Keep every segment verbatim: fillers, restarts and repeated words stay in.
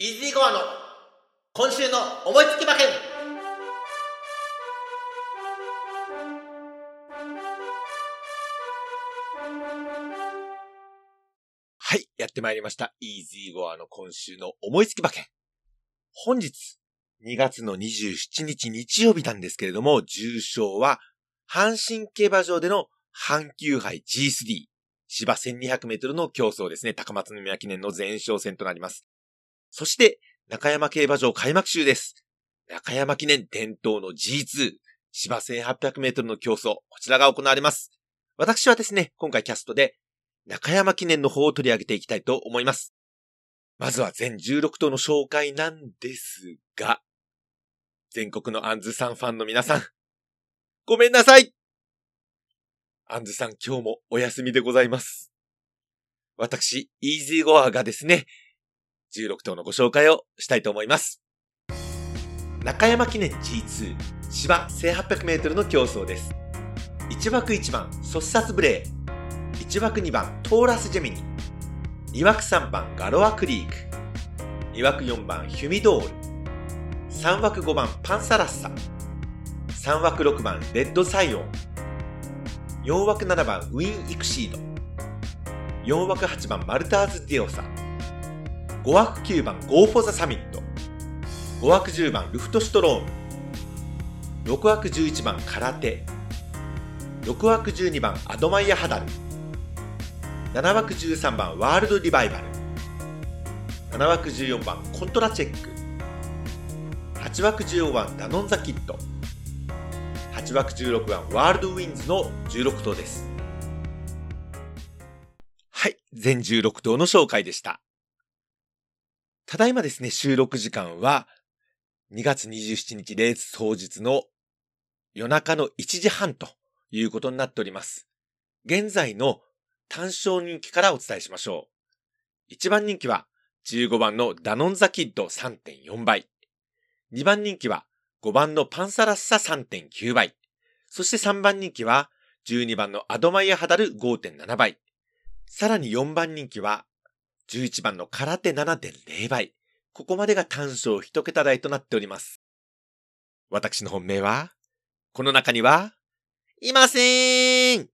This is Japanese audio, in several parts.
イージーゴアの今週の思いつき馬券。はい、やってまいりました。イージーゴアの今週の思いつき馬券。本日にがつのにじゅうしちにち日曜日なんですけれども、重賞は阪神競馬場での阪急杯 ジースリー 芝せんにひゃくメートルの競争ですね。高松宮記念の前哨戦となります。そして中山競馬場開幕週です。中山記念伝統の ジーツー 芝せんはっぴゃくメートルの競争、こちらが行われます。私はですね、今回キャストで中山記念の方を取り上げていきたいと思います。まずは全じゅうろくとうの紹介なんですが、全国のアンズさんファンの皆さん、ごめんなさい。アンズさん今日もお休みでございます。私、イージーゴアがですね、じゅうろくとうのご紹介をしたいと思います。中山記念 ジーツー 芝せんはっぴゃくメートルの競争です。いちわくいちばんソッサスブレー、いちわくにばんトーラスジェミニ、にわくさんばんガロアクリーク、にわくよんばんヒュミドール、さんわくごばんパンサラッサ、さんわくろくばんレッドサイオン、よんわくななばんウィンイクシード、よんわくはちばんマルターズディオサ、ごわくきゅうばんゴーフォザサミット、ごわくじゅうばんルフトシュトローム、ろくわくじゅういちばん空手、ろくわくじゅうにばんアドマイヤハダル、ななわくじゅうさんばんワールドリバイバル、ななわくじゅうよんばんコントラチェック、はちわくじゅうごばんダノンザキッド、はちわくじゅうろくばんワールドウィンズのじゅうろくとうです。はい、全じゅうろくとうの紹介でした。ただいまですね、収録時間はにがつにじゅうしちにちレース当日の夜中のいちじはんということになっております。現在の単勝人気からお伝えしましょう。いちばん人気はじゅうごばんのダノンザキッド さんてんよんばい。にばん人気はごばんのパンサラッサ さんてんきゅうばい。そしてさんばん人気はじゅうにばんのアドマイヤハダル ごてんななばい。さらによんばん人気はじゅういちばんの空手 ななてんぜろばい。ここまでが単勝一桁台となっております。私の本命は、この中には、いませーん。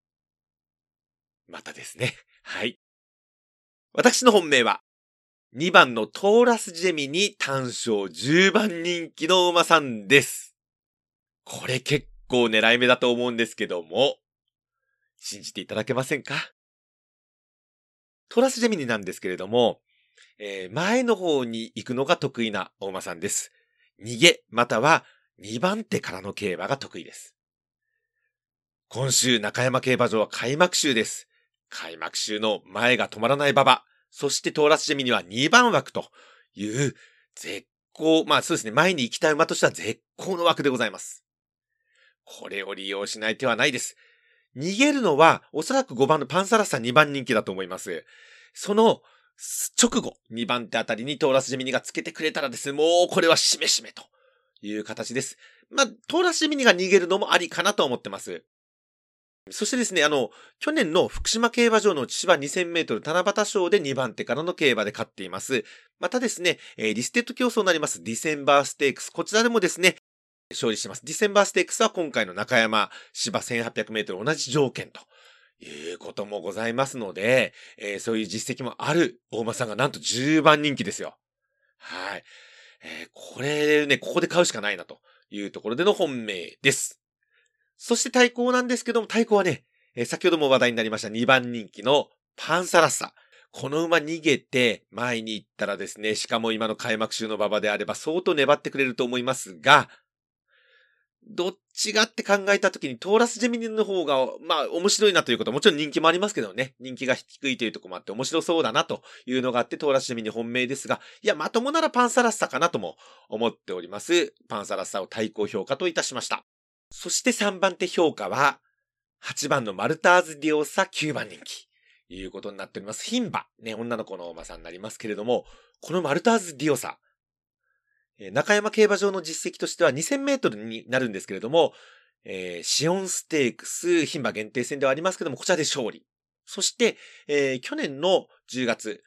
またですね。はい。私の本命は、にばんのトーラスジェミに単勝じゅうばん人気の馬さんです。これ結構狙い目だと思うんですけども、信じていただけませんか？トーラスジェミニなんですけれども、えー、前の方に行くのが得意なお馬さんです。逃げ、またはにばんてからの競馬が得意です。今週中山競馬場は開幕週です。開幕週の前が止まらない馬場、そしてトーラスジェミニはにばんわくという絶好、まあそうですね、前に行きたい馬としては絶好の枠でございます。これを利用しない手はないです。逃げるのはおそらくごばんのパンサラッサにばん人気だと思います。その直後、にばんてあたりにトーラスジェミニがつけてくれたらですね、もうこれはしめしめという形です。まあ、トーラスジェミニが逃げるのもありかなと思ってます。そしてですね、あの、去年の福島競馬場の芝にせんメートル七夕賞でにばんてからの競馬で勝っています。またですね、えー、リステッド競争になりますディセンバーステークス、こちらでもですね、勝利してます。ディセンバーステークスは今回の中山芝せんはっぴゃくメートル同じ条件ということもございますので、えー、そういう実績もある大馬さんがなんとじゅうばん人気ですよ。はい。えー、これね、ここで買うしかないなというところでの本命です。そして対抗なんですけども、対抗はね、えー、先ほども話題になりましたにばん人気のパンサラッサ。この馬逃げて前に行ったらですね、しかも今の開幕週の馬場であれば相当粘ってくれると思いますが、どっちがって考えたときにトーラスジェミニの方が、まあ面白いなということはもちろん人気もありますけどね。人気が低いというところもあって面白そうだなというのがあってトーラスジェミニ本命ですが、いやまともならパンサラッサかなとも思っております。パンサラッサを対抗評価といたしました。そしてさんばんて評価ははちばんのマルターズディオサきゅうばん人気ということになっております。牝馬、ね、女の子のお馬さんになりますけれども、このマルターズディオサ、中山競馬場の実績としてはにせんメートルになるんですけれども、えー、シオンステークス、牝馬限定戦ではありますけども、こちらで勝利。そして、えー、去年のじゅうがつ、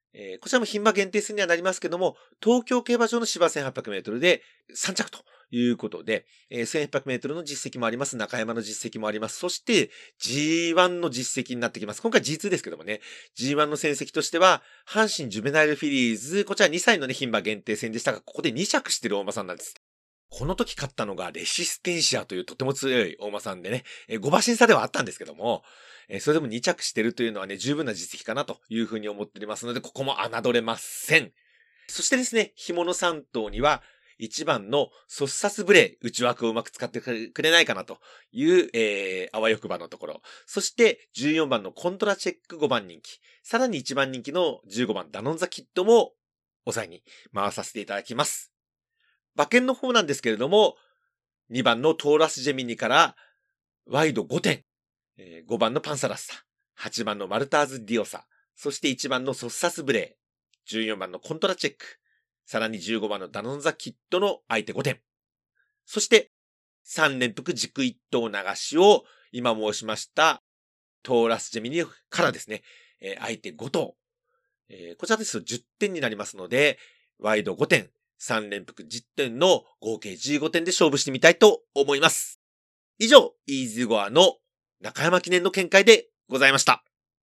えー、こちらも牝馬限定戦にはなりますけども、東京競馬場の芝 せんはっぴゃくメートル でさん着ということで、えー、せんはっぴゃくメートル の実績もあります。中山の実績もあります。そして ジーワン の実績になってきます。今回 ジーツー ですけどもね、ジーワン の戦績としては、阪神ジュベナイルフィリーズ、こちらにさいのね、牝馬限定戦でしたが、ここでに着してる大馬さんなんです。この時勝ったのがレシステンシアというとても強い大馬さんでね、えー、ご馬身差ではあったんですけども、えー、それでもに着してるというのはね、十分な実績かなというふうに思っておりますので、ここも侮れません。そしてですね、紐のさん頭には、いちばんのソッサスブレイ、内枠をうまく使ってくれないかなという、えー、あわよくばのところ。そして、じゅうよんばんのコントラチェックごばん人気。さらにいちばん人気のじゅうごばんダノンザキッドも、抑えに回させていただきます。馬券の方なんですけれども、にばんのトーラスジェミニからワイドごてん、えー、ごばんのパンサラッサ、はちばんのマルターズディオサ、そしていちばんのソッサスブレイ、じゅうよんばんのコントラチェック、さらにじゅうごばんのダノンザキッドの相手ごてん、そしてさん連複軸いっ頭流しを今申しましたトーラスジェミニからですね、えー、相手ご頭、えー、こちらですとじゅってんになりますので、ワイドごてん、さん連複じゅってんの合計じゅうごてんで勝負してみたいと思います。以上、イージーゴアの中山記念の見解でございました。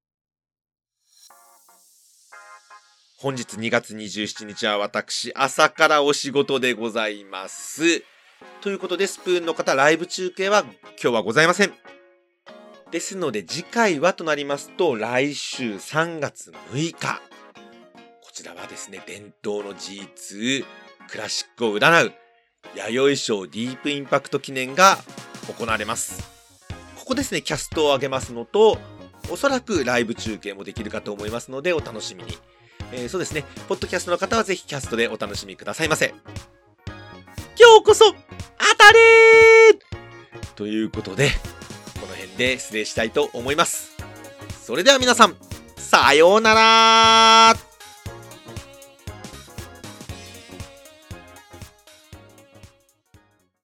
本日にがつにじゅうしちにちは私、朝からお仕事でございます。ということで、スプーンの方、ライブ中継は今日はございません。ですので、次回はとなりますと、来週さんがつむいか。こちらはですね、伝統の ジーツー、クラシックを占う弥生賞ディープインパクト記念が行われます。ここですね、キャストを上げますのと、おそらくライブ中継もできるかと思いますのでお楽しみに。えー、そうですね、ポッドキャストの方はぜひキャストでお楽しみくださいませ。今日こそ当たれーということで、この辺で失礼したいと思います。それでは皆さん、さようならー。